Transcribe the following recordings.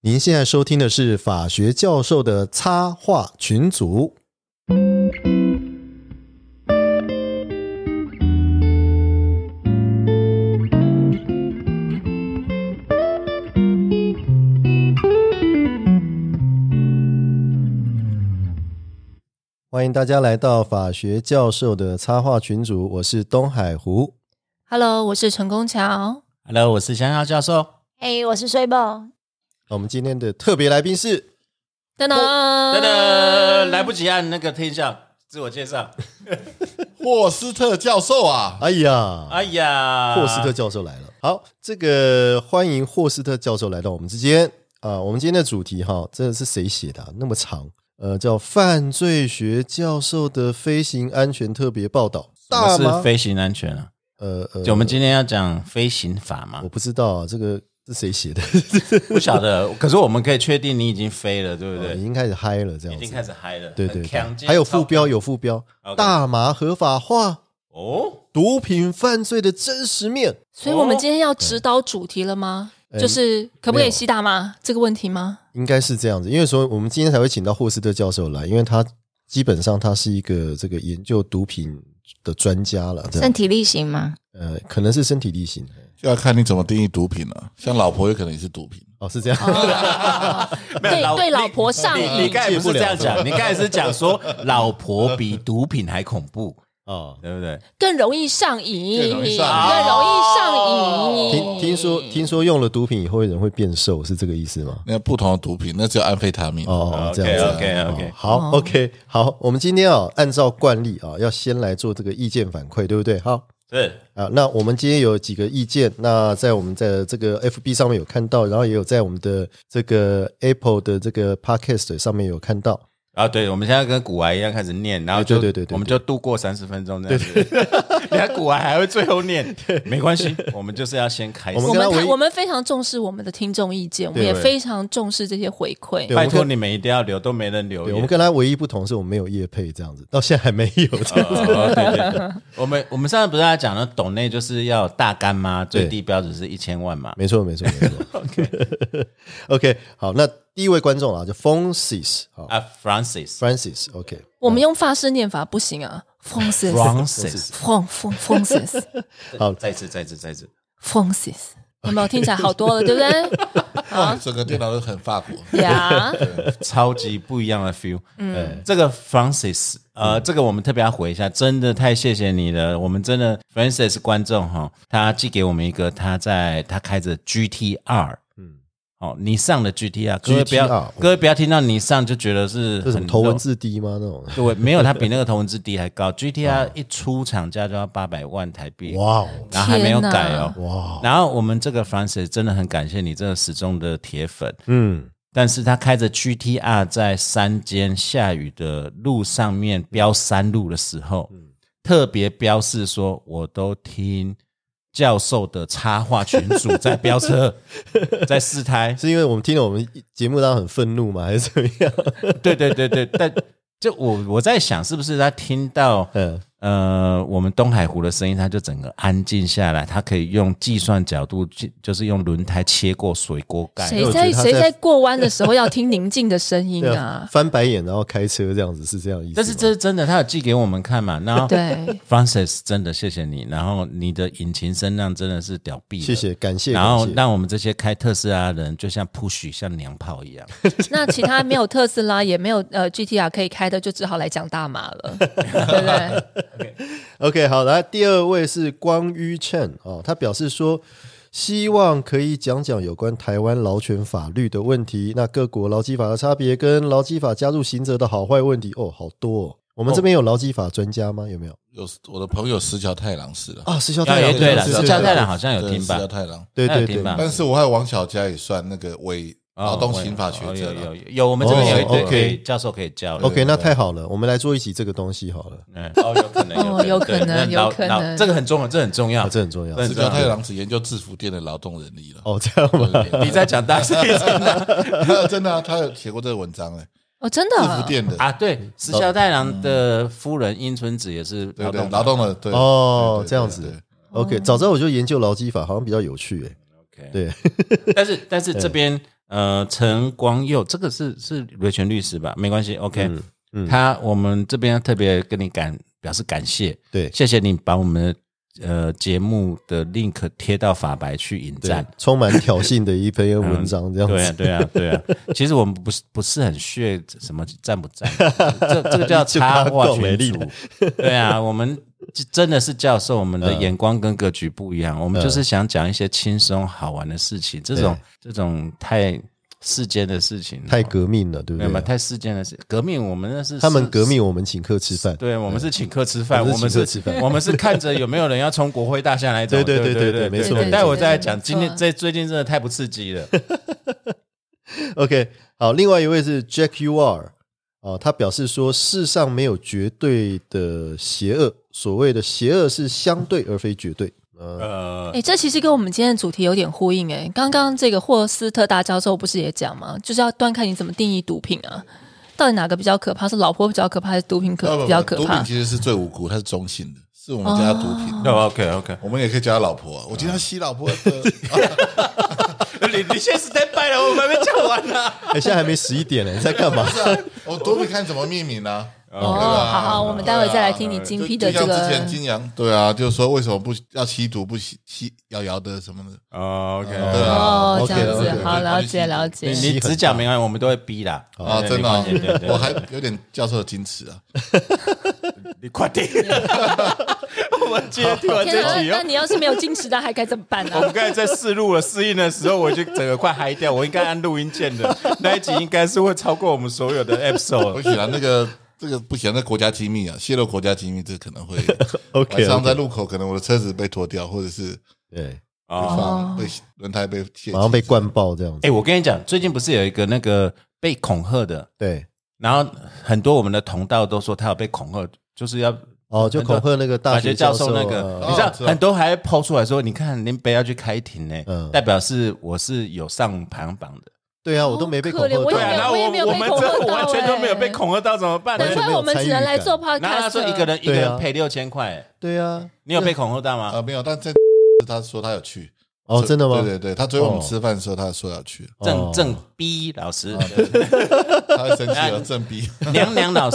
您现在收听的是法学教授的插画群组。欢迎大家来到法学教授的插画群组，我是东海湖。 Hello， 我是陈功桥。 Hello， 我是香香教授。 嘿，我是水宝。 我们今天的特别来宾是噔噔噔噔，来不及按那个听相自我介绍。 霍斯特教授啊！ 哎呀，霍斯特教授来了。好，这个欢迎霍斯特教授来到我们之间啊。我们今天的主题哈，这是谁写的那么长？叫犯罪学教授的飞行安全特别报道。 什么是飞行安全啊？就我们今天要讲飞行法嘛？ 我不知道啊，这个是谁写的？ 不晓得。可是我们可以确定你已经飞了，对不对？ 已经开始嗨了，这样子。 已经开始嗨了， 对对对。还有副标，有副标，大麻合法化哦，毒品犯罪的真实面。 所以我们今天要指导主题了吗？就是可不可以吸大麻这个问题吗？ 应该是这样子，因为说我们今天才会请到霍斯特教授来，因为他基本上他是一个这个研究毒品的专家了。 身体力行吗？ 可能是身体力行， 就要看你怎么定义毒品了。像老婆有可能也是毒品哦，是这样。 对老婆上瘾。 你刚才不是这样讲，你刚才是讲说老婆比毒品还恐怖。哦，对不对？ 更容易上瘾，更容易上瘾。听说用了毒品以后人会变瘦，是这个意思吗？ 那不同的毒品，那只有安非他命。 哦，这样子。 OK， 好 ，OK， 好，我们今天按照惯例要先来做这个意见反馈，对不对？好， 是啊。那我们今天有几个意见，那在我们在这个 FB 上面有看到，然后也有在我们的这个 Apple 的这个 Podcast 上面有看到。 啊，对，我们现在跟古玩一样开始念，然后就对，我们就度过30分钟这样子。你看古玩还会最后念，没关系，我们就是要先开始。 我们非常重视我们的听众意见，我们也非常重视这些回馈。 拜托你们一定要留，都没人留言。 我们跟他唯一不同是我们没有业配这样子，到现在还没有这样子。 对，我们上次不是在讲了，抖内就是要大干妈，最低标准是1000万嘛？ 没错。OK， 好，那第一位观众就 Francis 啊 Francis OK， 我们用法式念法不行啊 Francis 好，再次 Francis 有没有听起来好多了，对不对？ 哇，整个电脑都很法国呀， 超级不一样的 feel。这个 Francis， 这个我们特别要回一下，真的太谢谢你了。我们真的 Francis 观众他寄给我们一个他开着 GTR。你上的 GTR， 各位不要听到你上就觉得是很头文字 D 吗？那种对，没有，它比那个头文字 D 还高。GTR 一出厂价就要800万台币， 哇！ 然后还没有改哦， 哇！ 然后我们这个 Francis 真的很感谢你，这个始终的铁粉，但是他开着 GTR 在山间下雨的路上面飙山路的时候，特别标示说我都听教授的插画群组在飙车，在试胎， 是因为我们听了我们节目当中很愤怒吗？还是怎么样？ 对，但就我在想，是不是他听到我们东海湖的声音，他就整个安静下来，他可以用计算角度，就是用轮胎切过水锅盖。 谁在过弯的时候要听宁静的声音啊？ 翻白眼然后开车这样子，是这样的意思吗？ 但是这是真的，他有寄给我们看嘛？然后对 Francis 真的谢谢你，然后你的引擎声量真的是屌毙了， 谢谢，感谢。 然后让我们这些开特斯拉的人就像 push 像娘炮一样。 那其他没有特斯拉也没有GTR 可以开的，就只好来讲大麻了，对不对 ？OK， 好，来第二位是光於Chen他表示说，希望可以讲讲有关台湾劳权法律的问题，那各国劳基法的差别跟劳基法加入刑责的好坏问题好多哦。我们这边有劳基法专家吗？有没有？ 有，我的朋友石桥太郎是了。 石桥太郎对了，石桥太郎好像有听吧？ 石桥太郎对， 但是我还有王小佳也算那个伪劳动刑法学者有，我们这边有一对教授可以教。 OK， 那太好了，我们来做一集这个东西好了。 有可能，这个很重要，这很重要。 石桥太郎只研究制服店的劳动人力了。 这样吗？ 你在讲大事情真的他有写过这个文章真的制服店的啊，对，石桥太郎的夫人樱村子也是劳动的，对这样子。OK， 早知道我就研究劳基法，好像比较有趣 OK， 对， 但是这边陈光佑，这个是维权律师吧？没关系 ，OK。我们这边特别跟你表示感谢， 对， 谢谢你把我们节目的 link 贴到法白去引战， 充满挑衅的一篇文章，这样子。 对啊。其实我们不是很屑什么赞不赞，这个叫插话群组。对啊，我们真的是教授，我们的眼光跟格局不一样，我们就是想讲一些轻松好玩的事情，这种太世间的事情， 太革命了，对不对？ 太世间的事，革命我们那是他们革命，我们请客吃饭。 对，我们是请客吃饭，我们是看着有没有人要从国会大厦来走。 对，没错。 待会再来讲，今天最近真的太不刺激了。 OK， 好，另外一位是 Jack UR 他表示说，世上没有绝对的邪恶，所谓的邪恶是相对而非绝对。 这其实跟我们今天的主题有点呼应。刚刚这个霍斯特大教授不是也讲吗？就是要端看你怎么定义毒品啊，到底哪个比较可怕？是老婆比较可怕，还是毒品比较可怕？ 毒品其实是最无辜，它是中性的，是我们叫它毒品。 OK， 我们也可以叫它老婆。我今天要吸老婆的。 你先 stand by 了，我们还没讲完呢。 现在还没11点呢，你在干嘛？ 我毒品看怎么命名呢？ 好，我们待会再来听你精辟的这个。 就像之前金阳，对啊，就是说为什么不要吸毒，不吸瑶瑶的什么的。 OK， 对啊， 这样子，好，了解。 你只讲没关系，我们都会逼啦。 真的，我还有点教授的矜持啊。 你快点！我们今天听完这集， 那你要是没有矜持，那还该怎么办呢？ 我们刚才在试映的时候，我就整个快嗨掉。我应该按录音键的那一集，应该是会超过我们所有的 episode。 不行啊，这个不行，那国家机密啊，泄露国家机密，这可能会。 OK， 晚上在路口，可能我的车子被拖掉，或者是对被轮胎被卸， 马上被灌爆这样子。 我跟你讲，最近不是有一个那个被恐吓的， 对， 然后很多我们的同道都说他有被恐吓，就是要。 就恐吓那个大学教授那个，你知道很多还抛出来说，你看林北要去开庭呢，代表我是有上排行榜的。 对啊，我都没被恐吓到。 我也没有被恐吓到， 完全都没有被恐吓到，怎么办？ 难怪我们只能来做 podcast。 然后他说一个人赔6000块。 对啊， 你有被恐吓到吗？ 没有，但他说他有去。 真的吗？ 对，他追我们吃饭的时候，他说要去。 郑逼老师， 他会生气了。郑逼， 娘老师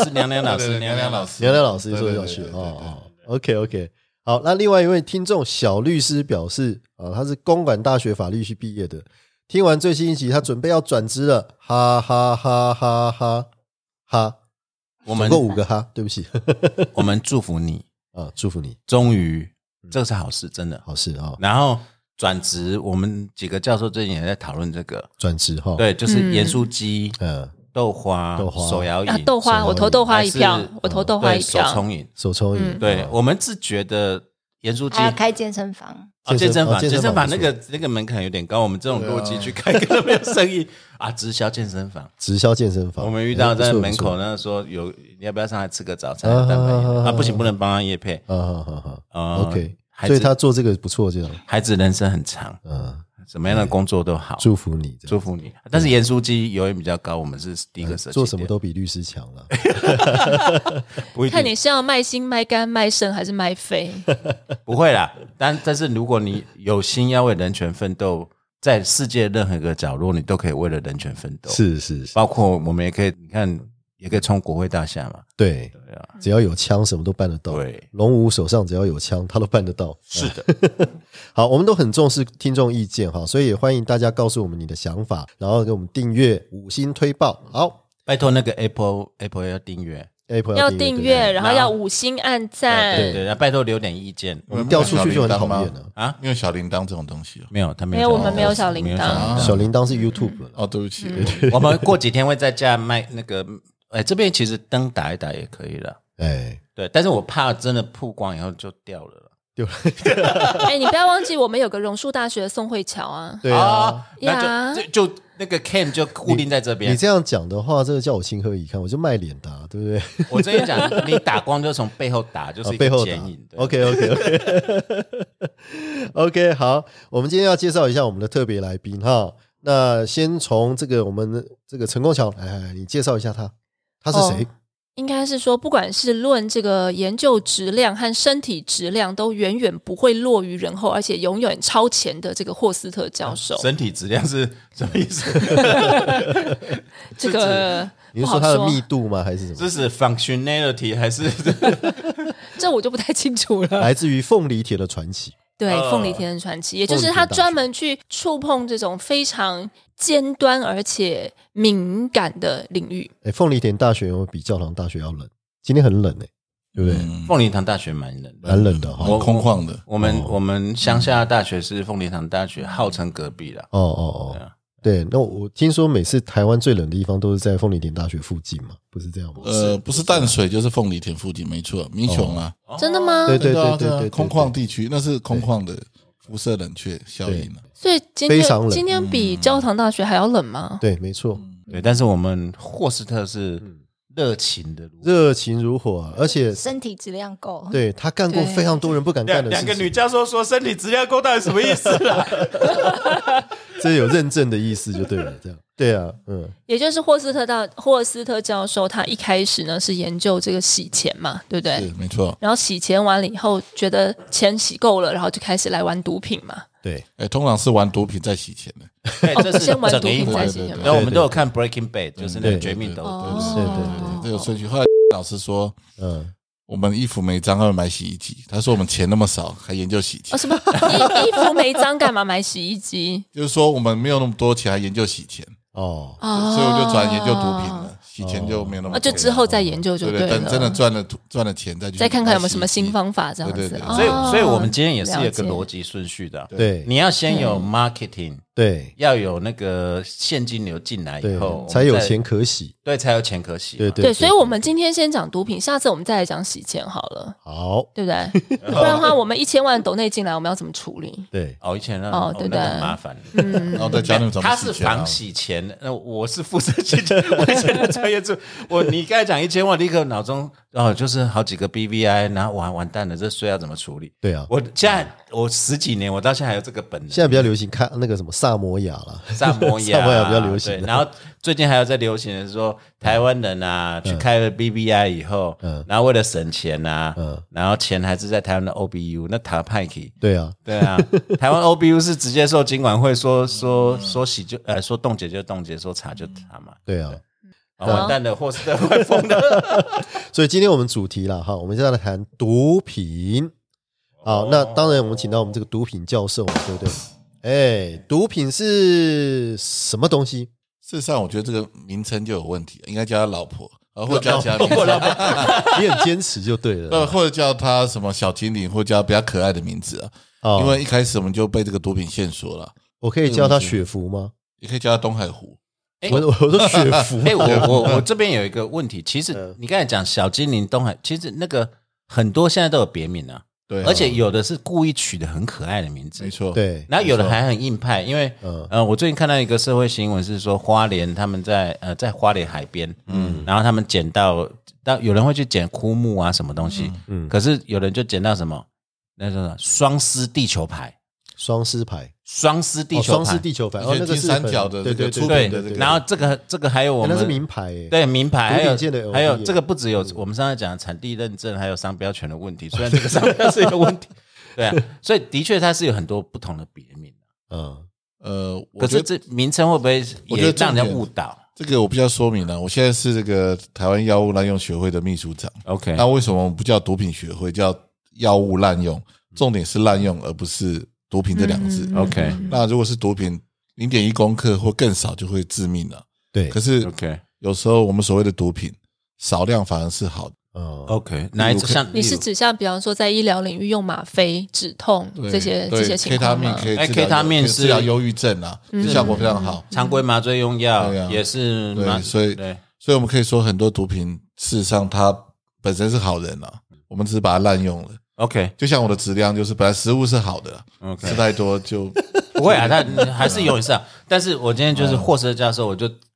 说要去。OK， 好，那另外一位听众小律师表示他是公馆大学法律系毕业的，听完最新一集，他准备要转职了，哈哈哈哈哈哈。我们总共5个哈，对不起。 我们祝福你祝福你， 终于，这个是好事，真的好事啊。 然后转职，我们几个教授最近也在讨论这个转职哈， 对，就是盐酥鸡，豆花、手摇饮、 豆花，我投豆花一票，我投豆花一票， 手冲饮， 对，我们是觉得盐酥鸡还要开健身房， 健身房那个门槛有点高，我们这种弱鸡去开根本没有生意直销健身房，我们遇到在门口那说你要不要上来吃个早餐？不行，不能帮他业配。 OK。所以他做这个不错，这样孩子人生很长，什么样的工作都好， 祝福你。 但是盐酥鸡油盐比较高，我们是第一个设计， 做什么都比律师强了。 看你是要卖心、卖肝、卖肾还是卖肺？ 不会啦，但是如果你有心要为人权奋斗，在世界任何一个角落，你都可以为了人权奋斗。 是， 包括我们也可以，你看。也可以冲国会大厦嘛？ 对啊，只要有枪，什么都办得到。 对， 龙武手上只要有枪，他都办得到。 是的， 好，我们都很重视听众意见哈，所以也欢迎大家告诉我们你的想法，然后给我们订阅、5星推爆。好， 拜托那个 Apple 要订阅。 要订阅，然后要5星按赞， 对，拜托留点意见。 我们调出去就很讨厌了因为小铃铛这种东西没有， 没有，我们没有小铃铛， 小铃铛是 YouTube 对不起， 我们过几天会在家卖那个。这边其实灯打一打也可以了，对，但是我怕真的曝光以后就掉了。 你不要忘记我们有个榕树大学的宋慧乔啊， 对啊， 那就那个 cam 就固定在这边。 你这样讲的话，这个叫我情何以堪？我就卖脸的对不对？ 我跟你讲，你打光就从背后打，就是一个剪影。 OK， 好，我们今天要介绍一下我们的特别来宾哈。那先从我们这个陈功桥，你介绍一下他是谁？ 应该是说，不管是论这个研究质量和身体质量，都远远不会落于人后，而且永远超前的这个霍斯特教授。 身体质量是什么意思？ 这个你是说它的密度吗？还是什么？ 这是 functionality 还是？ 这我就不太清楚了。 来自于凤梨田的传奇。 对，凤梨田的传奇，也就是他专门去触碰这种非常尖端而且敏感的领域。 凤梨田大学有比教堂大学要冷，今天很冷对不对？ 凤梨堂大学蛮冷的， 蛮冷的很空旷的。 我们乡下大学是凤梨堂大学，号称隔壁啦。 对，那我听说每次台湾最冷的地方都是在凤梨田大学附近嘛，不是这样吗？ 不是淡水就是凤梨田附近，没错，民雄啊。 真的吗？ 对， 空旷地区那是空旷的辐射冷却效应啊。 所以今天比教堂大学还要冷吗？ 对，没错。 对，但是我们霍斯特是热情如火啊，而且身体质量够。 对，他干过非常多人不敢干的事情。 两个女教授说身体质量够，到底什么意思啊？ 这有认证的意思就对了，这样对啊， 也就是霍斯特教授，他一开始呢是研究这个洗钱嘛，对不对？ 是没错。 然后洗钱完了以后，觉得钱洗够了，然后就开始来玩毒品嘛。 对， 通常是玩毒品再洗钱的。 对，这是先玩毒品再洗钱。 然后我们都有看 Breaking Bad， 就是那个绝命毒师。 对， 这个顺序。后来老师说，我们衣服没脏，要买洗衣机。他说我们钱那么少，还研究洗钱。 什么衣服没脏，干嘛买洗衣机？ 就是说我们没有那么多钱，还研究洗钱。所以我就转研究毒品了。洗钱就没有那么多， 就之后再研究就对了。 等真的赚了钱再看看有没有什么新方法这样子。 对， 所以我们今天也是有个逻辑顺序的。 对， 你要先有 marketing， 对， 要有那个现金流进来以后， 才有钱可洗。 对，才有钱可洗。 对，所以我们今天先讲毒品，下次我们再来讲洗钱好了。 好， 对不对？不然的话，我们1000万抖内进来，我们要怎么处理？ 对 ，1000万， 对不对？ 很麻烦。 然后再教你们怎么洗钱。 他是防洗钱，我是负责洗钱，我以前的专业助你刚才讲1000万，立刻脑中就是好几个 BVI， 然后完蛋了，这税要怎么处理？ 对啊， 我现在10几年，我到现在还有这个本能。 现在比较流行看那个什么萨摩亚啦， 萨摩亚比较流行。 然后最近还有在流行的是说，台湾人去开了 BVI 以后，然后为了省钱然后钱还是在台湾的 OBU， 那塔派克。 对啊， 台湾 OBU 是直接受金管会说洗就说冻结就冻结，说查就查嘛。 对啊。 完蛋了，霍斯特快疯了。 所以今天我们主题啦，我们现在来谈毒品。好，那当然我们请到我们这个毒品教授，对不对？毒品是什么东西？ 事实上，我觉得这个名称就有问题，应该叫他老婆，或叫其他名字。 你很坚持就对了。 或者叫他什么小精灵，或叫比较可爱的名字啊。因为一开始我们就被这个毒品线索了。 我可以叫他雪芙吗？ 也可以叫他东海湖。 我说雪芙。 我这边有一个问题，其实你刚才讲小精灵东海，其实那个很多现在都有别名啊。 对， 而且有的是故意取得很可爱的名字， 没错。 对， 然后有的还很硬派，因为我最近看到一个社会新闻是说，花莲他们在花莲海边，然后他们捡到有人会去捡枯木啊什么东西，可是有人就捡到什么那叫双丝地球牌。 双丝牌， 双丝地球牌， 那个是三角的， 对， 出品的这个。 然后这个还有我们那是名牌， 对，名牌，还有这个不只有我们刚才讲的产地认证，还有商标权的问题。虽然这个商标是有问题，对啊，所以的确它是有很多不同的别名可是这名称会不会也让人误导？ 这个我比较说明了，我现在是这个台湾药物滥用学会的秘书长。 OK， 那为什么我们不叫毒品学会，叫药物滥用？重点是滥用，而不是毒品这两个字。 OK， 那如果是毒品0.1公克或更少就会致命了。 对， 可是有时候我们所谓的毒品少量反而是好的。 OK， 哪一像你是指像比方说在医疗领域用吗啡止痛这些情况吗 ？K 他命是治疗忧郁症啊，效果非常好。 常规麻醉用药也是， 所以我们可以说很多毒品事实上它本身是好人啊，我们只是把它滥用了。 OK， 就像我的质量就是本来食物是好的，OK， 吃太多就不会啊，它还是有一项。但是我今天就是霍斯特教授，我就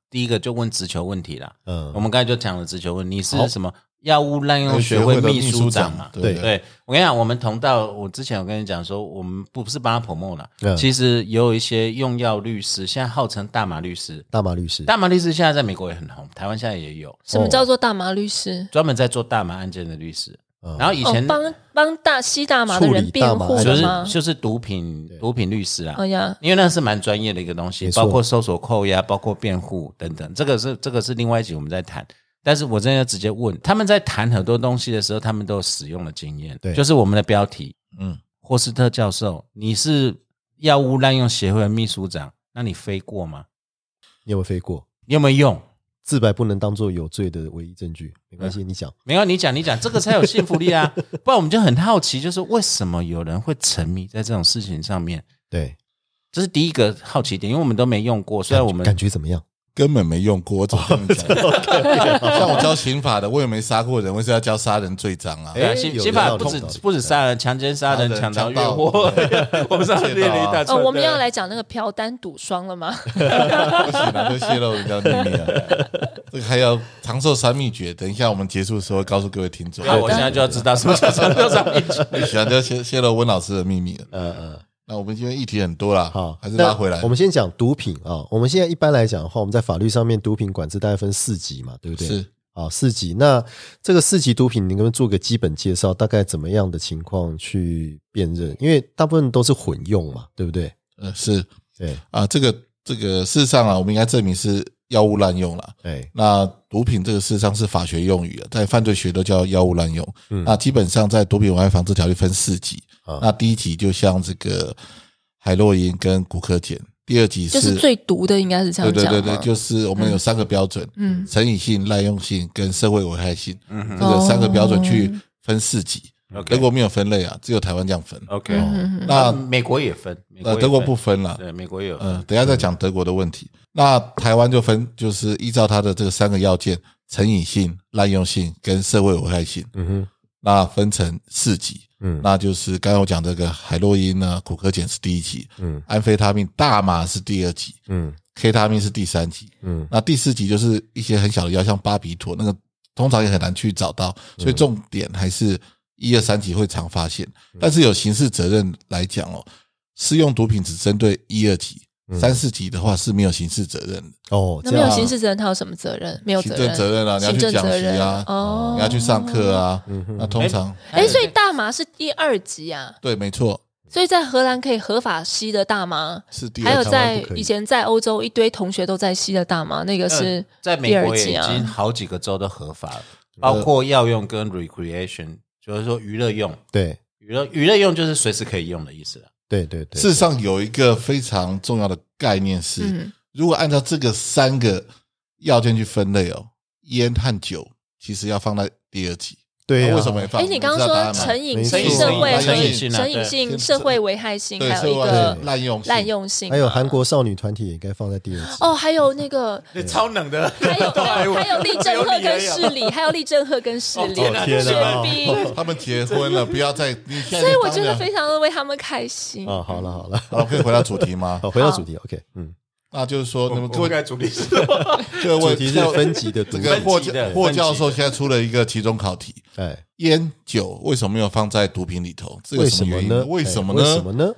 第一个就问直球问题啦。我们刚才就讲了直球问，你是什么药物滥用学会秘书长嘛？对，我跟你讲，我们同道，我之前有跟你讲说，我们不是帮他 promote 啦，其实也有一些用药律师，现在号称大麻律师。大麻律师现在在美国也很红，台湾现在也有。 什么叫做大麻律师？ 专门在做大麻案件的律师。然后以前帮吸大麻的人辩护的吗？ 就是毒品律师啦。因为那是蛮专业的一个东西，包括搜索扣押，包括辩护等等。这个是另外一集我们在谈。但是我真的要直接问，他们在谈很多东西的时候，他们都有使用的经验。对，就是我们的标题，霍斯特教授，你是药物滥用协会的秘书长，那你飞过吗？ 你有没有飞过？ 你有没有用？ 自白不能当作有罪的唯一证据，没关系，你讲。 没有，你讲，这个才有信服力啊！不然我们就很好奇，就是为什么有人会沉迷在这种事情上面？ 对， 这是第一个好奇点，因为我们都没用过，虽然我们感觉怎么样？ 根本没用过，我怎么跟你讲？像我教刑法的，我也没杀过人，我是要教杀人罪章啊。 刑法不止杀人，强奸、杀人、抢盗、越货，我们上列了一大串。 我们要来讲那个朴丹赌双了吗？ 不行了，就泄露人家秘密了。这个还要长寿三秘诀，等一下我们结束的时候告诉各位听众。 我现在就要知道什么叫长寿三秘诀。 你喜欢就泄露温老师的秘密了。那我们今天议题很多啦，好，还是拉回来。 我们先讲毒品啊。我们现在一般来讲的话，我们在法律上面毒品管制大概分4级嘛，对不对？ 是啊，4级。那这个4级毒品，你能不能做个基本介绍？大概怎么样的情况去辨认？因为大部分都是混用嘛，对不对？ 是， 对啊，这个事实上啊，我们应该证明是药物滥用啦。 对， 那毒品这个事实上是法学用语，在犯罪学都叫药物滥用。那基本上在毒品危害防治条例分4级。那第1级就像这个海洛因跟古柯碱，第2级就是最毒的，应该是这样讲。 对，就是我们有3个标准，成瘾性、滥用性跟社会危害性，这个3个标准去分4级。德国没有分类啊，只有台湾这样分。 OK， 那美国也分， 德国不分啦。 对，美国也有。 等一下再讲德国的问题。那台湾就分，就是依照它的这个3个要件：成瘾性、滥用性跟社会危害性。那分成4级。那就是刚刚我讲这个海洛因呢，古柯碱是第1级，安非他命、大麻是第2级，K 他命是第3级，那第4级就是一些很小的药，像巴比妥，那个通常也很难去找到，所以重点还是1、2、3级会常发现，但是有刑事责任来讲哦，施用毒品只针对1、2级。3、4级的话是没有刑事责任的哦。那没有刑事责任，他有什么责任？没有责任。 行政责任啊，你要去讲习啊，你要去上课啊。那通常， 所以大麻是第2级啊。 对，没错。 所以在荷兰可以合法吸的大麻是第2， 还有在以前在欧洲一堆同学都在吸的大麻，那个是在美国也已经好几个州都合法了，包括药用跟 recreation， 就是说娱乐用。 对， 娱乐用就是随时可以用的意思了。 对， 事实上有一个非常重要的概念是，如果按照这个3个要件去分类哦，烟和酒其实要放在第2级。 对啊， 为什么没放？ 你刚刚说成瘾性、成瘾性、社会危害性，还有一个滥用性， 还有韩国少女团体也该放在第2级。 哦，还有那个超冷的， 还有厉正赫跟势力，还有厉正赫跟势力， 玄彬他们结婚了，不要再。 所以我觉得非常的为他们开心。 好了， 可以回到主题吗？ 好，回到主题 ，OK， 那就是说， 我们该主题是什么？ 主题是分级的毒品。 这个霍教授现在出了一个期中考题，烟酒为什么没有放在毒品里头？这个什么原因呢？为什么呢？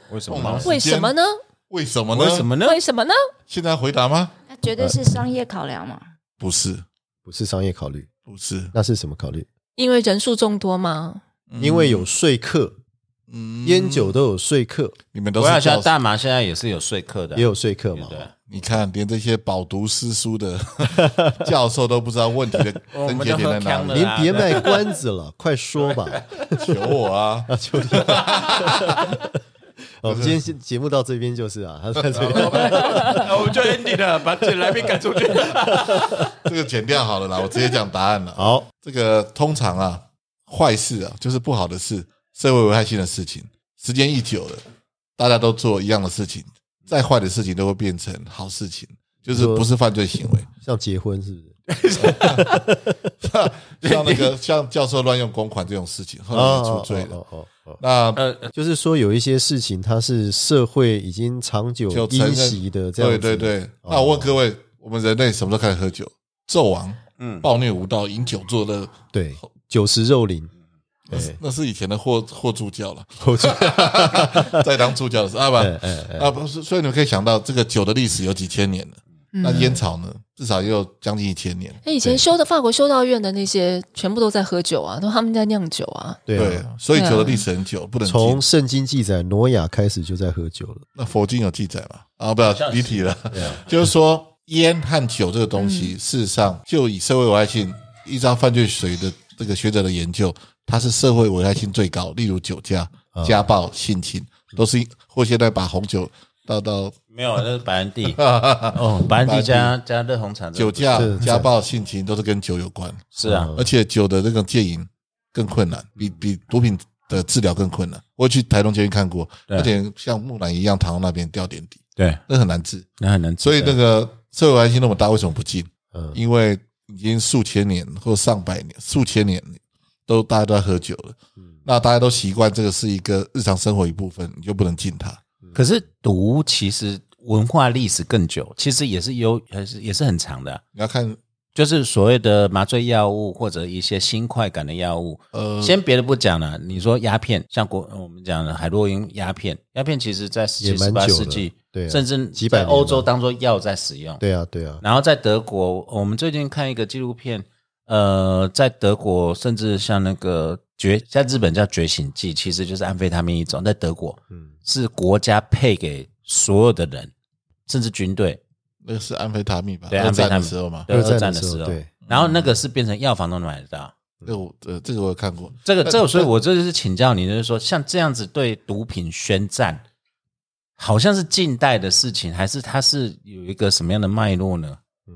现在回答吗？ 那绝对是商业考量嘛？ 不是商业考虑， 不是， 那是什么考虑？ 因为人数众多吗？ 因为有说客。烟酒都有说客， 你们都是教大麻现在也是有说客的， 也有说客嘛？ 对， 你看，连这些饱读诗书的教授都不知道问题的症结点在哪里。 您别卖关子了，快说吧！ 求我啊！ 求你！我们今天节目到这边就是啊，他在这边， 我们就 ending 了，把来宾赶出去。 这个剪掉好了啦，我直接讲答案了。 好， 这个通常啊，坏事啊，就是不好的事。社会危害性的事情，时间一久了，大家都做一样的事情，再坏的事情都会变成好事情，就是不是犯罪行为。 像结婚是不是？ 像教授乱用公款这种事情，后来也出罪了。那就是说有一些事情，它是社会已经长久因袭的这样子。 对。那我问各位， 我们人类什么时候开始喝酒？纣王暴虐无道，饮酒作乐， 对，酒食肉林。 那是以前的霍助教了，在当助教的时候不是，所以你们可以想到这个酒的历史有几千年了。那烟草呢，至少也有将近1000年。 以前法国修道院的那些全部都在喝酒啊，都他们在酿酒啊。 对，所以酒的历史很久，不能从圣经记载挪亚开始就在喝酒了。 那佛经有记载吗？不要离题了。就是说烟和酒这个东西，事实上就以社会危害性，依照犯罪学的这个学者的研究，它是社会危害性最高，例如酒驾、家暴、性侵，都是或现在把红酒到没有，那是白兰地白兰地加热红茶， 酒驾、家暴、性侵都是跟酒有关。 是啊， 而且酒的这个戒瘾更困难，比毒品的治疗更困难。我去台东监狱看过，而且像木乃伊一样躺到那边吊点滴， 对， 那很难治，所以那个社会危害性那么大，为什么不禁？因为已经数千年或上百年、数千年大家都在喝酒了，那大家都习惯这个是一个日常生活一部分，你就不能禁它。 可是毒其实文化历史更久，其实也是很长的。 你要看， 就是所谓的麻醉药物或者一些新快感的药物。先别的不讲了，你说鸦片，像我们讲的海洛因、鸦片其实在17、18世纪， 对， 甚至在欧洲当作药在使用。 对啊。 然后在德国，我们最近看一个纪录片，在德国甚至像那个在日本叫觉醒剂，其实就是安非他命一种，在德国是国家配给所有的人，甚至军队。 那个是安非他命吧？ 对， 二战的时候嘛， 二战的时候， 对。 然后那个是变成药房都能买得到。 这个我有看过。 这个，所以我这就是请教你，就是说像这样子对毒品宣战，好像是近代的事情，还是它是有一个什么样的脉络呢？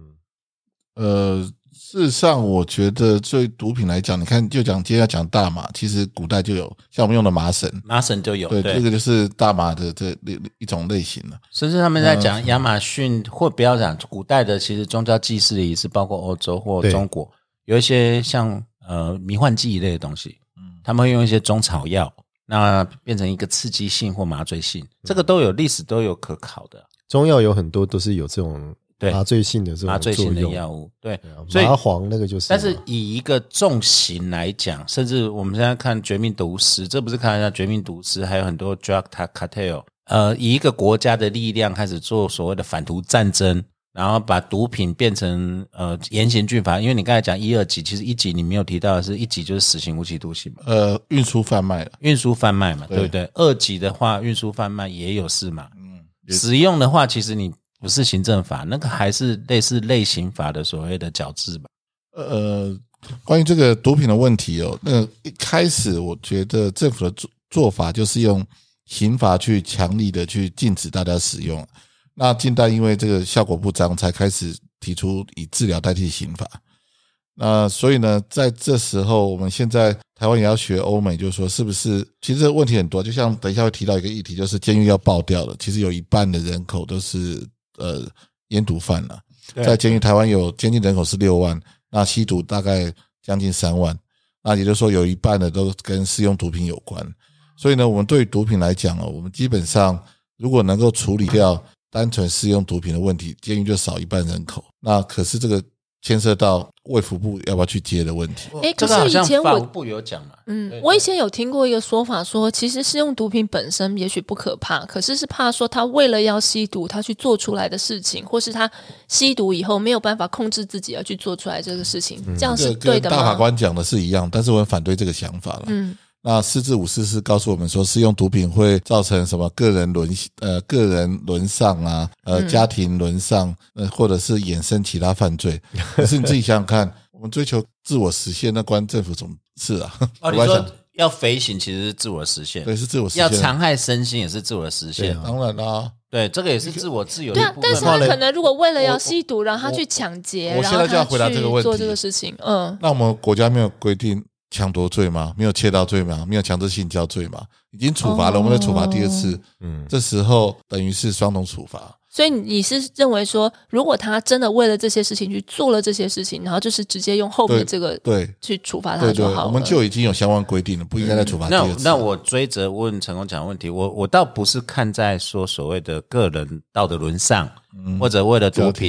事实上，我觉得对毒品来讲，你看，就讲今天要讲大麻，其实古代就有，像我们用的麻绳就有， 对，这个就是大麻的这一种类型了。 甚至他们在讲亚马逊，或不要讲古代的，其实宗教祭祀的仪式，包括欧洲或中国，有一些像迷幻剂一类的东西，他们会用一些中草药，那变成一个刺激性或麻醉性，这个都有历史都有可考的。 中药有很多都是有这种麻醉性的这种麻醉性的药物，对，所以麻黄那个就是。 但是以一个重刑来讲，甚至我们现在看《绝命毒师》，这不是看一下《绝命毒师》，还有很多 drug cartel， 以一个国家的力量开始做所谓的反毒战争，然后把毒品变成严刑峻法。因为你刚才讲1、2级，其实1级你没有提到的是1级就是死刑、无期徒刑嘛， 运输贩卖嘛， 对不对？2级的话，运输贩卖也有事嘛，使用的话，其实你不是行政法，那个还是类似类刑法的所谓的矫治吧。 关于这个毒品的问题那一开始我觉得政府的做法就是用刑罚去强力的去禁止大家使用。那近代因为这个效果不彰，才开始提出以治疗代替刑罚。那所以呢，在这时候，我们现在台湾也要学欧美，就是说是不是其实这个问题很多，就像等一下会提到一个议题，就是监狱要爆掉了，其实有一半的人口都是烟毒贩了。在监狱，台湾有监禁人口是6万，那吸毒大概将近3万，那也就是说有一半的都跟使用毒品有关。所以呢，我们对于毒品来讲我们基本上如果能够处理掉单纯使用毒品的问题，监狱就少一半人口。那可是这个牵涉到卫福部要不要去接的问题。 可是以前法务部有讲嘛， 我以前有听过一个说法说，其实使用毒品本身也许不可怕，可是是怕说他为了要吸毒，他去做出来的事情，或是他吸毒以后没有办法控制自己要去做出来这个事情，这样是对的吗？ 跟大法官讲的是一样，但是我很反对这个想法了。那4至5是告诉我们说，使用毒品会造成什么个人沦丧啊，家庭沦丧，或者是衍生其他犯罪。可是你自己想想看，我们追求自我实现，那关政府什么事啊？ 你说要肥刑其实是自我实现， 对，是自我实现。 要残害身心也是自我实现， 当然啦。 对，这个也是自我自由的一部分。 但是他可能如果为了要吸毒，然后他去抢劫， 我现在就要回答这个问题， 做这个事情。 那我们国家没有规定抢夺罪吗？没有窃盗罪吗？没有强制性交罪吗？已经处罚了，我们再处罚第2次，这时候等于是双重处罚。 所以你是认为说，如果他真的为了这些事情去做了这些事情，然后就是直接用后面这个去处罚他就好了。 我们就已经有相关规定了，不应该再处罚第2次。 那我追责问成功讲的问题，我倒不是看在说所谓的个人道德沦丧，或者为了毒品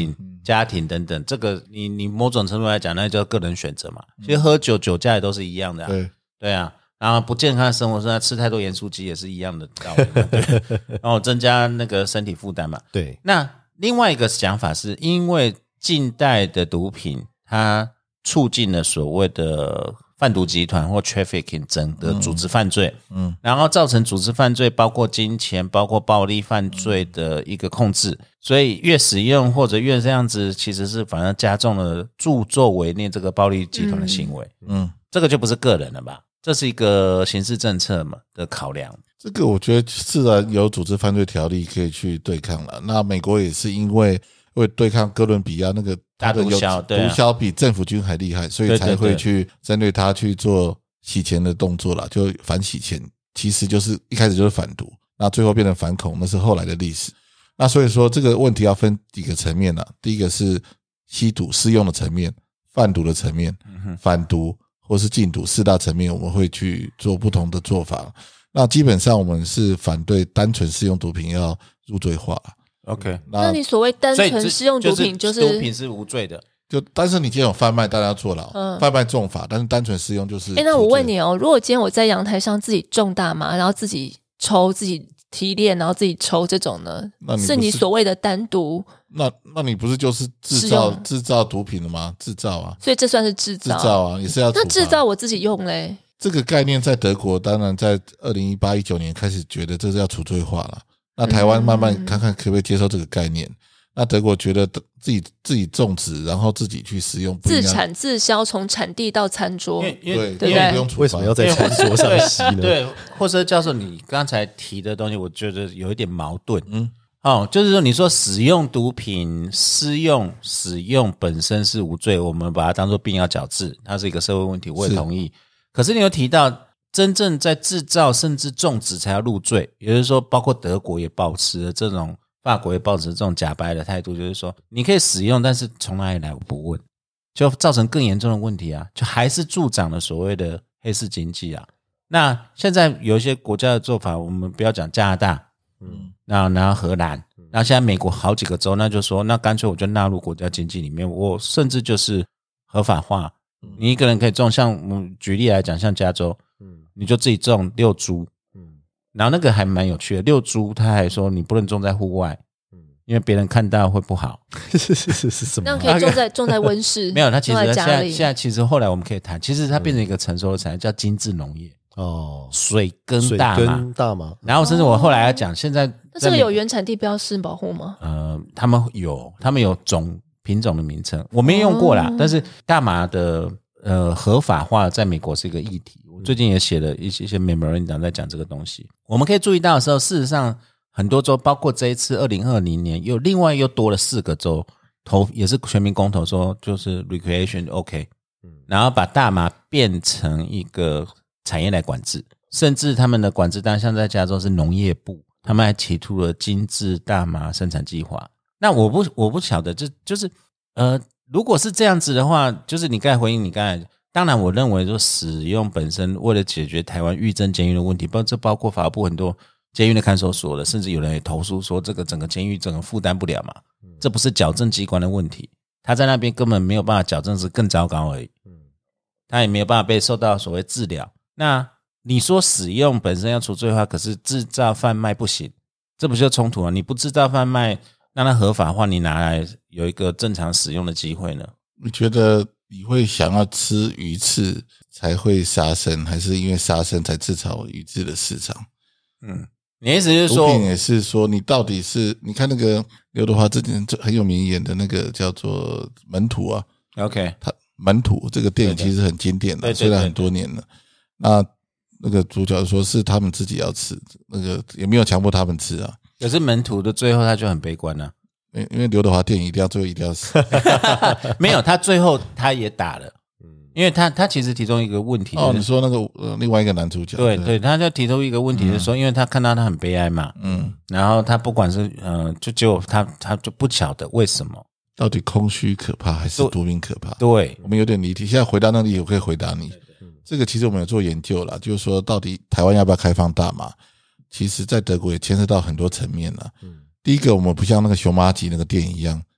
家庭等等，这个你某种程度来讲，那叫个人选择嘛。其实喝酒、酒驾也都是一样的、啊，对啊。然后不健康的生活，现在吃太多盐酥鸡也是一样的道理嘛，对。然后增加那个身体负担嘛， 对。 那另外一个想法是因为近代的毒品，它促进了所谓的贩毒集团或 trafficking 整个组织犯罪，然后造成组织犯罪包括金钱包括暴力犯罪的一个控制，所以越使用或者越这样子，其实是反而加重了助纣为虐这个暴力集团的行为，这个就不是个人了吧，这是一个刑事政策嘛的考量。 这个我觉得自然有组织犯罪条例可以去对抗了。那美国也是因为对抗哥伦比亚那个大毒枭， 毒枭比政府军还厉害，所以才会去针对他去做洗钱的动作啦，就反洗钱，其实就是一开始就是反毒，那最后变成反恐，那是后来的历史。那所以说这个问题要分几个层面啦，第一个是吸毒适用的层面，贩毒的层面，反毒或是禁毒4大层面，我们会去做不同的做法。那基本上我们是反对单纯适用毒品要入罪化。 OK， 那你所谓单纯适用毒品就是毒品是无罪的， 但是你今天有贩卖，当然要坐牢，贩卖重罚，但是单纯适用就是。 那我问你哦，如果今天我在阳台上自己种大麻，然后自己抽、自己提炼，然后自己抽这种呢，是你所谓的单独？ 那你不是就是制造毒品了吗？制造啊， 所以这算是制造啊，也是要。 那制造我自己用嘞？ 这个概念在德国，当然在2018、19年开始觉得这是要除罪化了。那台湾慢慢看看可不可以接受这个概念。那德国觉得自己种植，然后自己去使用， 自产自销，从产地到餐桌， 对不对？ 为什么要在餐桌上吸呢？ 对，或者教授，你刚才提的东西，我觉得有一点矛盾。就是说，你说使用毒品、使用本身是无罪，我们把它当作病要矫治，它是一个社会问题，我也同意。可是你有提到，真正在制造甚至种植才要入罪，也就是说，包括德国也抱持了这种，法国也抱持这种假白的态度，就是说，你可以使用，但是从哪里来我不问，就造成更严重的问题啊，就还是助长了所谓的黑市经济啊。那现在有一些国家的做法，我们不要讲加拿大，然后荷兰，然后现在美国好几个州，那就说，那干脆我就纳入国家经济里面，我甚至就是合法化。你一个人可以种，像我们举例来讲，像加州，你就自己种6株，然后那个还蛮有趣的，6株他还说你不能种在户外，因为别人看到会不好。 是什么？ 那可以种在温室？ 没有，它其实现在其实后来我们可以谈，其实它变成一个成熟的产业，叫精致农业。水耕大麻，然后甚至我后来要讲，现在那这个有原产地标识保护吗？ 他们有品种的名称，我没用过啦。但是大麻的合法化在美国是一个议题，我最近也写了一些 memorandum 在讲这个东西。我们可以注意到的时候，事实上很多州，包括这一次2020年，另外又多了4个州也是全民公投说就是 recreation OK，然后把大麻变成一个产业来管制，甚至他们的管制单像在加州是农业部，他们还提出了精致大麻生产计划。那我不晓得，就是如果是这样子的话，就是你刚才回应你刚才，当然我认为说使用本身为了解决台湾狱政监狱的问题，这包括法务部很多监狱的看守所的，甚至有人也投诉说这个整个监狱整个负担不了嘛，这不是矫正机关的问题，他在那边根本没有办法矫正，是更糟糕而已，他也没有办法被受到所谓治疗。那你说使用本身要除罪化，可是制造贩卖不行，这不就冲突了？你不制造贩卖让它合法化，你拿来有一个正常使用的机会呢？ 你觉得你会想要吃鱼翅才会杀生，还是因为杀生才制造鱼翅的市场？ 你的意思就是说， 毒品也是说，你到底是你看那个刘德华之前很有名演的那个叫做《门徒》啊 ，OK， 他《门徒》这个电影其实很经典的，虽然很多年了。那个主角说是他们自己要吃，那个也没有强迫他们吃啊。 可是门徒的最后他就很悲观啊， 因为刘德华电影最后一定要死。 没有，他最后他也打了，因为他其实提出一个问题， 你说那个另外一个男主角， 对，他就提出一个问题，就是说，因为他看到他很悲哀嘛，然后他不管是就结果他就不晓得为什么， 到底空虚可怕还是毒品可怕？ 对， 我们有点离题，现在回到那里我可以回答你。这个其实我们有做研究啦，就是说到底台湾要不要开放大麻，其实在德国也牵涉到很多层面啦。第一个，我们不像那个熊麻吉那个电影一样，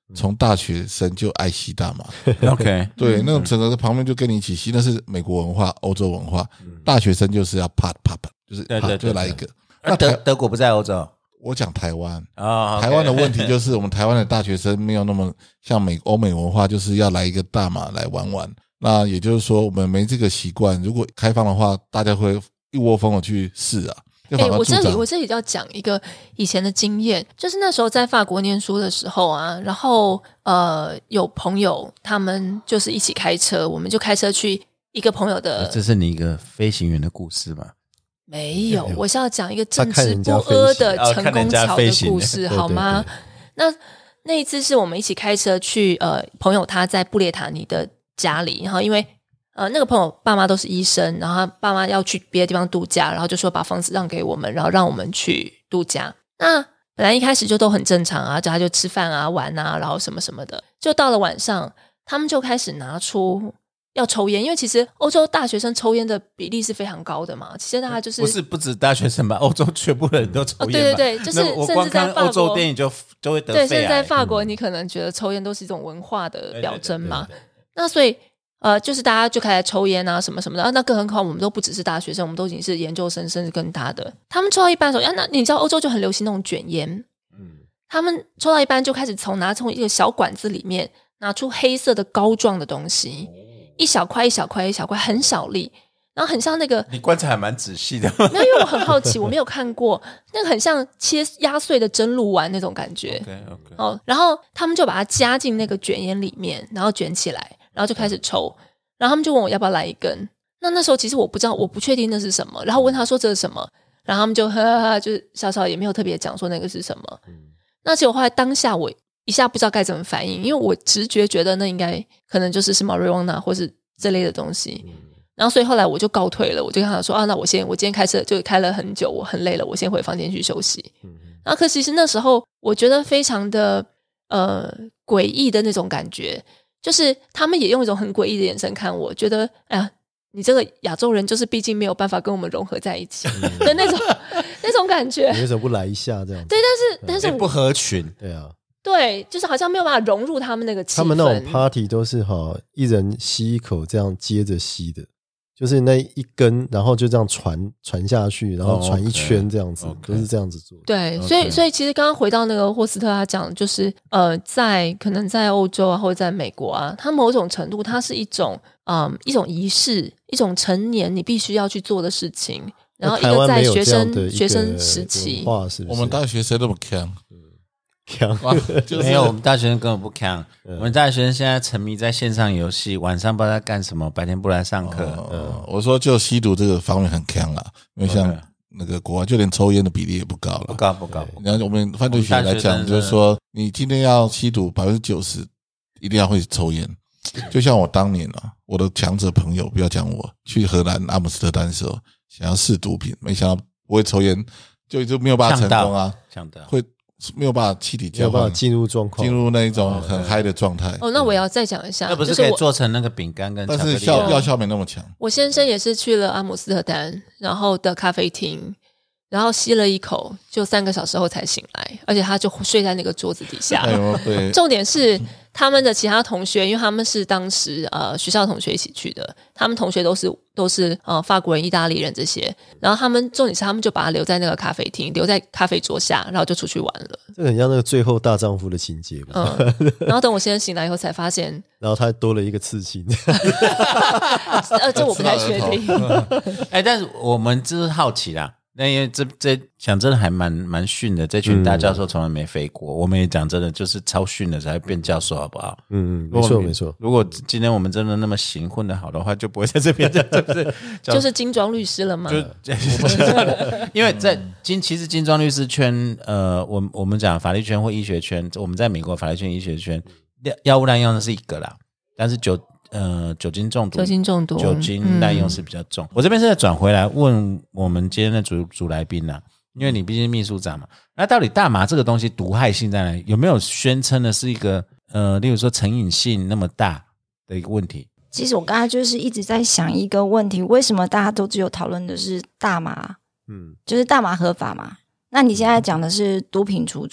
从大学生就爱吸大麻。 OK， 对，那种整个旁边就跟你一起吸，那是美国文化、欧洲文化。大学生就是要啪啪啪，就是啪就来一个。 那德国不在欧洲？ 我讲台湾哦， 台湾的问题就是我们台湾的大学生没有那么像欧美文化，就是要来一个大麻来玩玩。那也就是说，我们没这个习惯。如果开放的话，大家会一窝蜂的去试啊。 我这里要讲一个以前的经验，就是那时候在法国念书的时候啊，然后有朋友他们就是一起开车，我们就开车去一个朋友的。 这是你一个飞行员的故事吗？ 没有，我是要讲一个正直不阿的成功桥的故事，好吗？那一次是我们一起开车去朋友他在布列塔尼的家里，然后因为那个朋友爸妈都是医生，然后他爸妈要去别的地方度假，然后就说把房子让给我们，然后让我们去度假。那本来一开始就都很正常啊，他就吃饭啊玩啊，然后什么什么的。就到了晚上，他们就开始拿出要抽烟，因为其实欧洲大学生抽烟的比例是非常高的嘛。其实大家就是不止大学生吧，欧洲全部人都抽烟吧。 对对对，就是我光看欧洲电影就会得肺癌。 对，甚至在法国，你可能觉得抽烟都是一种文化的表征嘛。那所以就是大家就开始抽烟啊什么什么的。那更何况我们都不只是大学生，我们都已经是研究生甚至更大的。他们抽到一半的时候，那你知道欧洲就很流行那种卷烟。他们抽到一半就开始从一个小管子里面拿出黑色的膏状的东西，一小块一小块一小块，很小粒，然后很像那个。 你观察还蛮仔细的。 没有，因为我很好奇，我没有看过那个很像压碎的蒸鹿丸那种感觉。 Okay. 然后他们就把它加进那个卷烟里面，然后卷起来，然后就开始抽。然后他们就问我要不要来一根。那时候其实我不知道，我不确定那是什么。然后问他说这是什么，然后他们就呵呵呵，就是笑笑，也没有特别讲说那个是什么。那结果后来当下我一下不知道该怎么反应，因为我直觉觉得那应该可能就是 marijuana 或是这类的东西。然后所以后来我就告退了，我就跟他说那我今天开车就开了很久，我很累了，我先回房间去休息。然后可其实那时候我觉得非常的诡异的那种感觉，就是他们也用一种很诡异的眼神看我，觉得哎呀，你这个亚洲人就是毕竟没有办法跟我们融合在一起的那种感觉。 你为什么不来一下这样子？ 对，但是不合群。 对啊， 对，就是好像没有办法融入他们那个气氛。 他们那种 party 都是一人吸一口这样接着吸的，就是那一根，然后就这样传下去，然后传一圈这样子，都是这样子做。 对，所以其实刚刚回到那个霍斯特他讲，就是可能在欧洲啊，或者在美国啊，它某种程度它是一种仪式，一种成年你必须要去做的事情。然后一个在学生时期， 是不是？ 我们大学生那么强。 没有，我们大学生根本不强。我们大学生现在沉迷在线上游戏，晚上不知道在干什么，白天不来上课。 我说就吸毒这个方面很强啦，因为像那个国外就连抽烟的比例也不高了， 不高。 然后我们犯罪学来讲，就是说你今天要吸毒90%一定要会抽烟。就像我当年我的强者朋友，不要讲我去荷兰阿姆斯特丹的时候，想要试毒品，没想到不会抽烟，就没有办法成功啊，会。没有办法气体交换， 没有办法进入状况， 进入那一种很嗨的状态。 那我要再讲一下， 那不是可以做成那个饼干跟巧克力？ 但是药效没那么强。 我先生也是去了阿姆斯特丹，然后的咖啡厅，然后吸了一口，就3个小时后才醒来，而且他就睡在那个桌子底下。 对， 重点是他们的其他同学，因为他们是当时学校同学一起去的，他们同学都是法国人、意大利人这些，然后重点是他们就把他留在那个咖啡厅，留在咖啡桌下，然后就出去玩了。 这个很像那个最后大丈夫的情节吧。 然后等我先生醒来以后才发现， 然后他多了一个刺青。 这我不太确定。 但是我们就是好奇啦。那因为这讲真的还蛮逊的，这群大教授从来没飞过，我们也讲真的就是超逊的才会变教授，好不好？ 没错。 如果今天我们真的那么行混得好的话，就不会在这边，对不对？ 就是精装律师了嘛。 因为在其实精装律师圈，我们讲法律圈或医学圈，我们在美国法律圈、医学圈，药物滥用的是一个啦，但是酒精中毒、酒精滥用是比较重。我这边是在转回来问我们今天的主来宾啦，因为你毕竟秘书长嘛，那到底大麻这个东西毒害性在哪里？有没有宣称的是一个例如说成瘾性那么大的一个问题？ 其实我刚才就是一直在想一个问题，为什么大家都只有讨论的是大麻？就是大麻合法嘛？那你现在讲的是毒品除罪，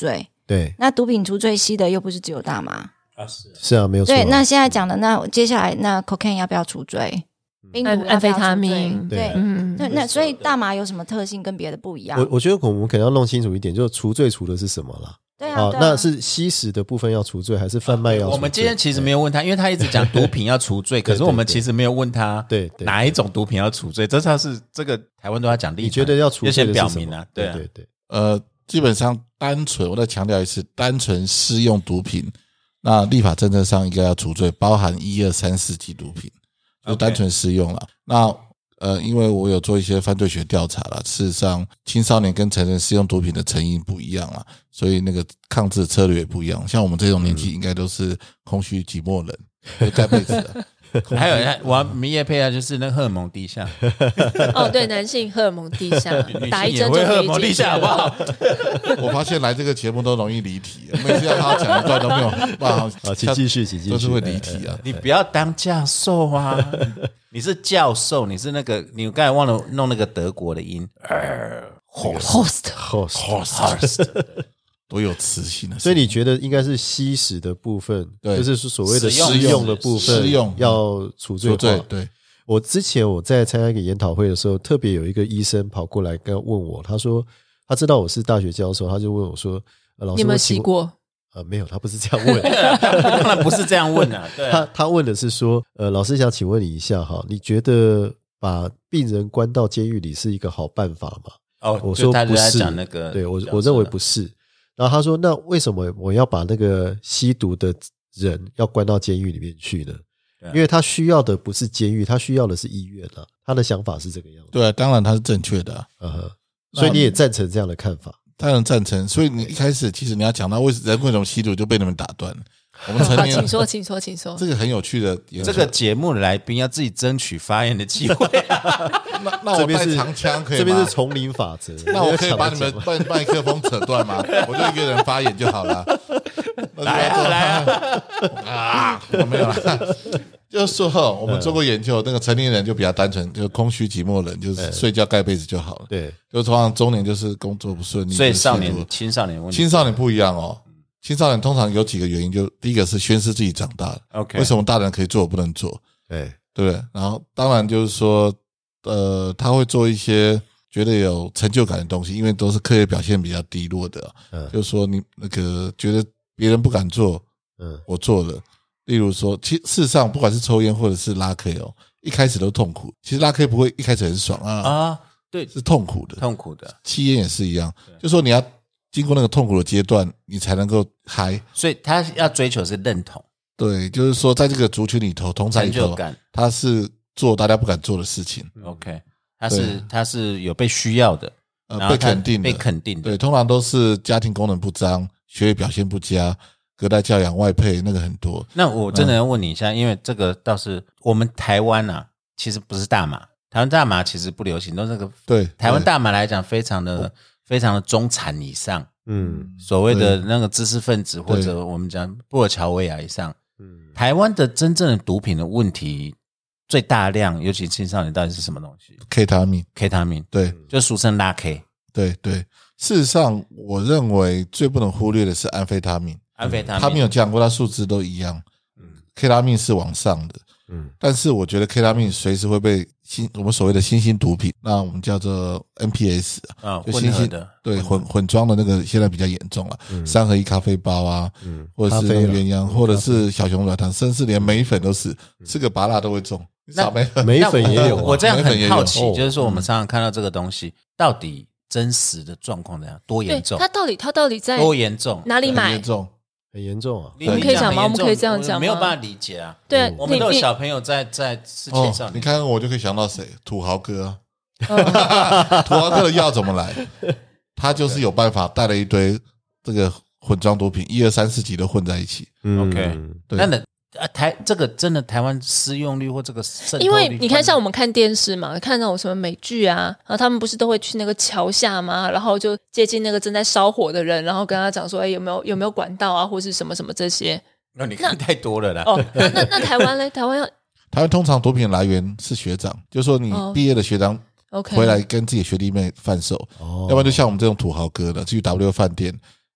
对， 那毒品除最稀的又不是只有大麻。 是啊，没有错。 对，那现在讲的那接下来那 cocaine 要不要除罪？冰毒要不要安非除罪他命对，那所以大麻有什么特性跟别的不一样？ 我觉得我们可能要弄清楚一点，就是除罪除的是什么啦。 对啊，对啊那是吸食的部分要除罪，还是贩卖要除罪？ 我们今天其实没有问他，因为他一直讲毒品要除罪，可是我们其实没有问他， 对哪一种毒品要除罪？这才是这个台湾都要讲立场， 你觉得要除罪的是先表什么明啊，对啊， 对， 基本上我再强调一次，单纯施用毒品，那立法政策上应该要除罪，包含1、2、3、4级毒品，就单纯施用了。那因为我有做一些犯罪学调查了，事实上青少年跟成人使用毒品的成因不一样啦，所以那个抗治策略也不一样。像我们这种年纪，应该都是空虚寂寞冷，会盖被子的。 还有我们业配啊，就是那荷尔蒙低下。 哦，对，男性荷尔蒙低下，打一针就女性也会荷尔蒙可以解决低下，好不好？ 我发现来这个节目都容易离题，每次要好好讲一段都没有办法。 请继续， 都是会离题啊。 你不要当教授啊！你是教授，你是那个，你刚才忘了弄那个德国的音，host， 多有磁性的。 所以你觉得应该是吸食的部分， 对就是所谓的使施用的部分， 施用要除罪化。 对， 我之前我在参加一个研讨会的时候，特别有一个医生跑过来跟问我，他说他知道我是大学教授，他就问我说：“老师， 你有没有吸过？” 没有，他不是这样问， 当然不是这样问啊。对啊， 他问的是说，老师想请问你一下哈，你觉得把病人关到监狱里是一个好办法吗？ 哦， 我说不是， 讲那个， 对我认为不是。然后他说，那为什么我要把那个吸毒的人要关到监狱里面去呢？因为他需要的不是监狱，他需要的是医院啊。他的想法是这个样子。 对啊，当然他是正确的所以你也赞成这样的看法？ 当然赞成。所以你一开始其实你要讲到人为什么吸毒就被你们打断了。我们成年请说，请说。 这个很有趣的研究， 这个节目的来宾要自己争取发言的机会。 那我带长枪可以吗？ 这边是丛林法则。 那我可以把你们麦克风扯断吗？我就一个人发言就好了。 来啊！ 没有了。就是说，我们做过研究，那个成年人就比较单纯，就空虚寂寞冷，就是睡觉盖被子就好了。 对， 就通常中年就是工作不顺利， 所以青少年问题， 青少年不一样哦。青少年通常有几个原因，就第一个是宣示自己长大了。 OK， 为什么大人可以做我不能做？ 对不对？然后当然就是说，他会做一些觉得有成就感的东西，因为都是课业表现比较低落的。就是说你那个觉得别人不敢做，我做了。例如说，事实上不管是抽烟或者是拉 K 一开始都痛苦。其实拉 K 不会一开始很爽啊，对，是痛苦的，吸烟也是一样，就是说你要经过那个痛苦的阶段，你才能够嗨。 所以他要追求是认同， 对，就是说在这个族群里头，同才里头，他是做大家不敢做的事情。 OK， 他是有被需要的， 被肯定的，对，通常都是家庭功能不彰，学业表现不佳。隔代教养、外配那个很多。 那我真的要问你一下，因为这个倒是我们台湾啊，其实不是大麻，台湾大麻其实不流行，都是那个对台湾大麻来讲，非常的中产以上，所谓的那个知识分子或者我们讲布尔乔维亚以上，台湾的真正的毒品的问题最大量，尤其青少年到底是什么东西 ？K 他命， 对，就俗称拉 K， 对。事实上，我认为最不能忽略的是安非他命。他没有降过，他数字都一样。K 他命是往上的，但是我觉得 K 他命随时会被我们所谓的新兴毒品，那我们叫做 NPS 就新兴的，对混装的那个现在比较严重了，3合1咖啡包啊，或者是那个鸳鸯，或者是小熊软糖，甚至连梅粉都是，吃个拔辣都会中。 梅粉也有， 我这样很好奇，就是说我们常常看到这个东西，到底真实的状况怎样？多严重？ 它到底在多严重？ 哪里买？ 很严重啊！ 我们可以讲吗？我们可以这样讲吗？ 没有办法理解啊。 对， 我们都有小朋友在是青少年。 你看我就可以想到谁？土豪哥。土豪哥的药怎么来？他就是有办法带了一堆这个混装毒品，1、2、3、4级都混在一起。 OK， 对。这个真的台湾施用率或这个渗透率， 因为你看像我们看电视嘛，看那种什么美剧啊，然后他们不是都会去那个桥下嘛，然后就接近那个正在烧火的人，然后跟他讲说，有没有管道啊，或是什么什么这些。 那你看太多了啦。 那台湾呢？台湾通常毒品来源是学长，就是说你毕业的学长回来跟自己的学弟妹贩售，要不然就像我们这种土豪哥的去 W 饭店。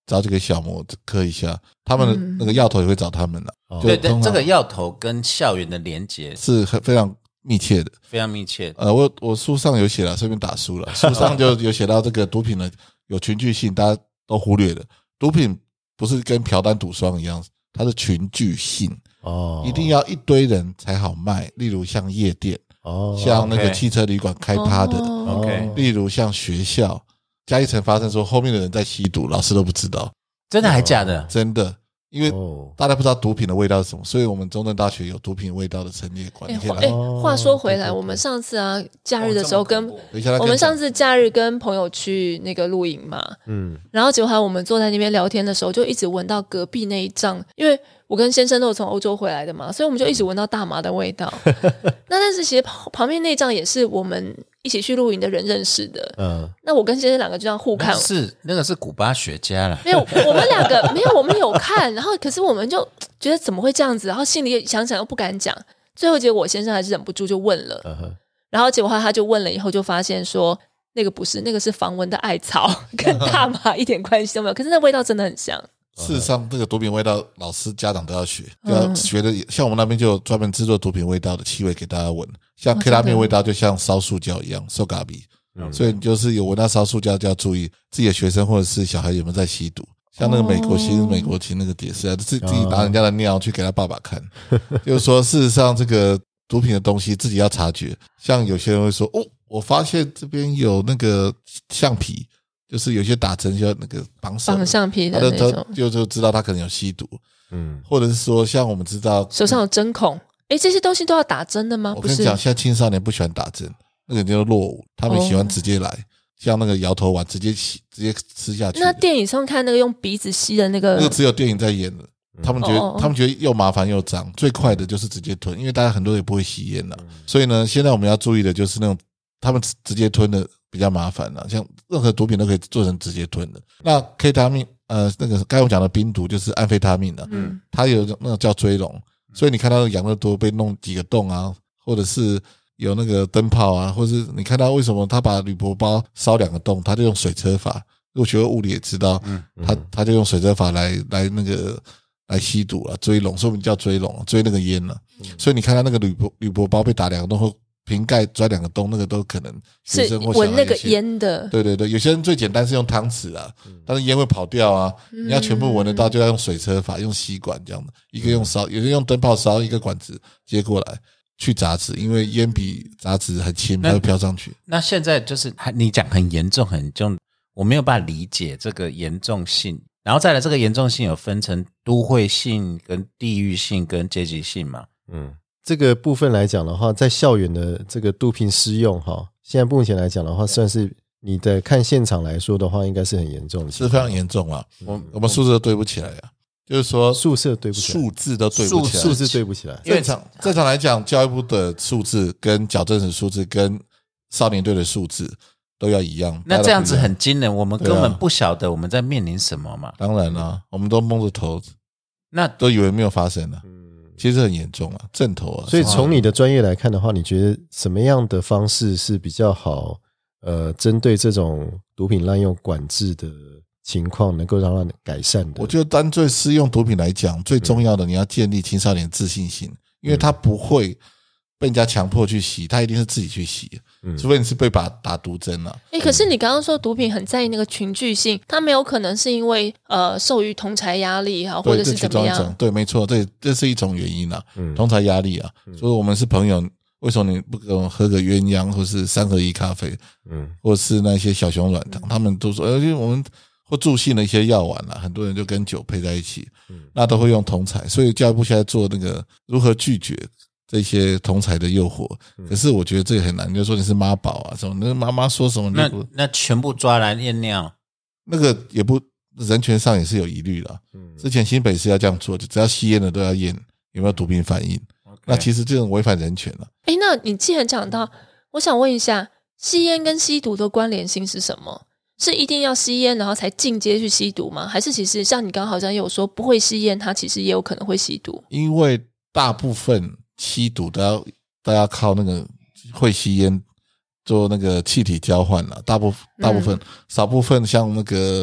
找几个小模刻一下，他们的那个药头也会找他们了。 对对，这个药头跟校园的连结是非常密切的， 非常密切。 我书上有写了，顺便打书了。书上就有写到这个毒品呢有群聚性，大家都忽略了。毒品不是跟朴丹赌霜一样，它是群聚性一定要一堆人才好卖。例如像夜店像那个汽车旅馆开趴的例如像学校嘉义城发生说后面的人在吸毒，老师都不知道。 真的还假的？ 真的。因为大家不知道毒品的味道是什么，所以我们中正大学有毒品味道的陈列馆。 话说回来，我们上次假日的时候我们上次假日跟朋友去那个露营嘛，然后结果我们坐在那边聊天的时候，就一直闻到隔壁那一帐，因为我跟先生都是从欧洲回来的嘛，所以我们就一直闻到大麻的味道。那但是其实旁边那一帐也是我们一起去露营的人认识的。那我跟先生两个就这样互看， 那个是古巴学家了。 没有，我们两个没有，我们有看，然后可是我们就觉得怎么会这样子，然后心里想想又不敢讲，最后结果我先生还是忍不住就问了，然后结果他就问了以后就发现说那个不是，那个是防蚊的艾草，跟大麻一点关系都没有，可是那味道真的很像。 事实上这个毒品味道老师家长都要学，要学的像我们那边就有专门制作毒品味道的气味给大家闻，像 K 拉面味道就像烧塑胶一样，烧咖比，所以就是有闻到烧塑胶就要注意自己的学生或者是小孩有没有在吸毒。像那个美国旗那个也是自己拿人家的尿去给他爸爸看，就是说事实上这个毒品的东西自己要察觉。像有些人会说我发现这边有那个橡皮，就是有些打针就要那个绑橡皮的那种， 他就知道他可能有吸毒。或者是说像我们知道手上有针孔，这些东西都要打针的吗？ 我跟你讲，现在青少年不喜欢打针，那个叫落伍，他们喜欢直接来，像那个摇头丸直接吃下去。 那电影上看那个用鼻子吸的那个只有电影在演的。他们觉得又麻烦又脏，最快的就是直接吞，因为大家很多人也不会吸烟了。所以呢，现在我们要注意的就是那种他们直接吞的比较麻烦了，像任何毒品都可以做成直接吞的。那 K 他命那个刚才我讲的冰毒就是安非他命的，它有那个叫追龙，所以你看到养乐多被弄几个洞啊，或者是有那个灯泡啊，或者是你看到为什么他把铝箔包烧2个洞，他就用水车法。如果学物理也知道，他就用水车法来那个来吸毒了，追龙，所以我们叫追龙，追那个烟了。所以你看到那个铝箔包被打2个洞后，瓶盖钻2个洞，那个都可能学生或小孩闻那个烟的。 对对对，有些人最简单是用汤匙啊，但是烟会跑掉啊，你要全部闻得到，就要用水车法，用吸管这样的，一个用烧，有些用灯泡烧，一个管子接过来去杂质，因为烟比杂质很轻，它会飘上去。 那现在就是你讲很严重很严重，我没有办法理解这个严重性。然后再来，这个严重性有分成都会性、跟地域性、跟阶级性嘛？ 这个部分来讲的话，在校园的这个毒品施用现在目前来讲的话，算是你的看现场来说的话，应该是很严重的， 是非常严重啊。我们数字都对不起来啊，就是说宿舍对不起来， 数字都对不起来， 数字对不起来。 正常来讲，教育部的数字跟矫正署数字跟少年队的数字都要一样。 那这样子很惊人，我们根本不晓得我们在面临什么嘛。 当然啦，我们都蒙着头，那都以为没有发生了。其实很严重啊，阵头啊。 所以从你的专业来看的话，你觉得什么样的方式是比较好？针对这种毒品滥用管制的情况，能够让它改善的？ 我觉得单对施用毒品来讲，最重要的你要建立青少年自信心，因为他不会被人家强迫去吸，他一定是自己去吸，除非你是被打毒针了。 可是你刚刚说毒品很在意那个群聚性，它没有可能是因为受于同侪压力或者是怎么样？ 对，没错，这是一种原因啊，同侪压力啊。所以我们是朋友，为什么你不跟我喝个鸳鸯，或是3合1咖啡，或是那些小熊软糖，他们都说，因为我们或助兴的一些药丸啦，很多人就跟酒配在一起，那都会用同侪。所以教育部现在做那个如何拒绝这些同侪的诱惑，可是我觉得这个很难。你就说你是妈宝啊，什么那妈妈说什么那全部抓来验尿， 那个也不人权上也是有疑虑啦。之前新北市要这样做，就只要吸烟的都要验有没有毒品反应。那其实这种违反人权了。 那你既然讲到，我想问一下，吸烟跟吸毒的关联性是什么？是一定要吸烟然后才进阶去吸毒吗？还是其实像你刚刚好像有说不会吸烟，他其实也有可能会吸毒？ 因为大部分吸毒都要靠那个会吸烟做那个气体交换了，大部分少部分像那个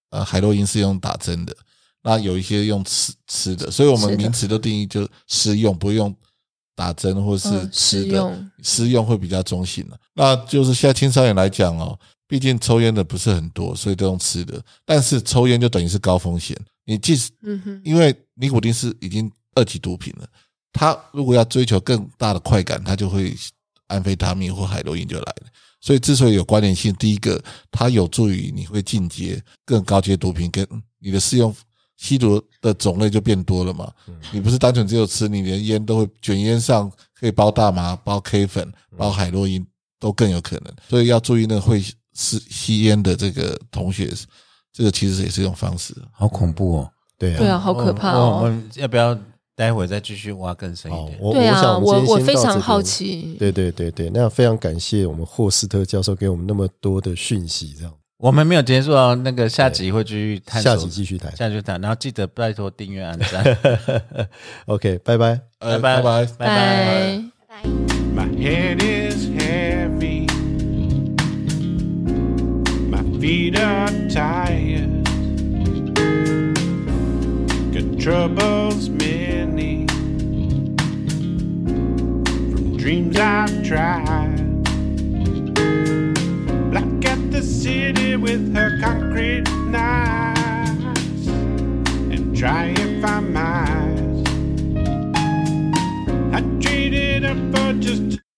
海洛因是用打针的，那有一些用吃的，所以我们名词都定义就施用，不用打针或是吃的，施用会比较中性了。那就是现在青少年来讲哦，毕竟抽烟的不是很多，所以都用吃的，但是抽烟就等于是高风险。你即使因为尼古丁是已经2级毒品了，他如果要追求更大的快感，他就会安非他命或海洛因就来了。所以之所以有关联性，第一个它有助于你会进阶更高阶毒品，跟你的吸毒的种类就变多了嘛。你不是单纯只有吃，你连烟都会卷烟上可以包大麻、包 K 粉、包海洛因都更有可能。所以要注意那个会吸烟的这个同学，这个其实也是一种方式。 好恐怖哦！ 对啊， 对啊，好可怕哦！ 我们要不要待会再继续挖更深一点？ 对啊，我非常好好奇。 对，那非常感谢我们霍斯特教授给我们那么多的讯息，这样。 我们没有结束哦，那个下集会继续探索， 下集继续谈， 然后记得拜托订阅、按赞。 OK， 拜拜， 拜拜，拜拜。 My head is heavy, my feet are tired, got troubles many from dreams I've tried. Black at the city with her concrete knives, and try if I might. I traded up for just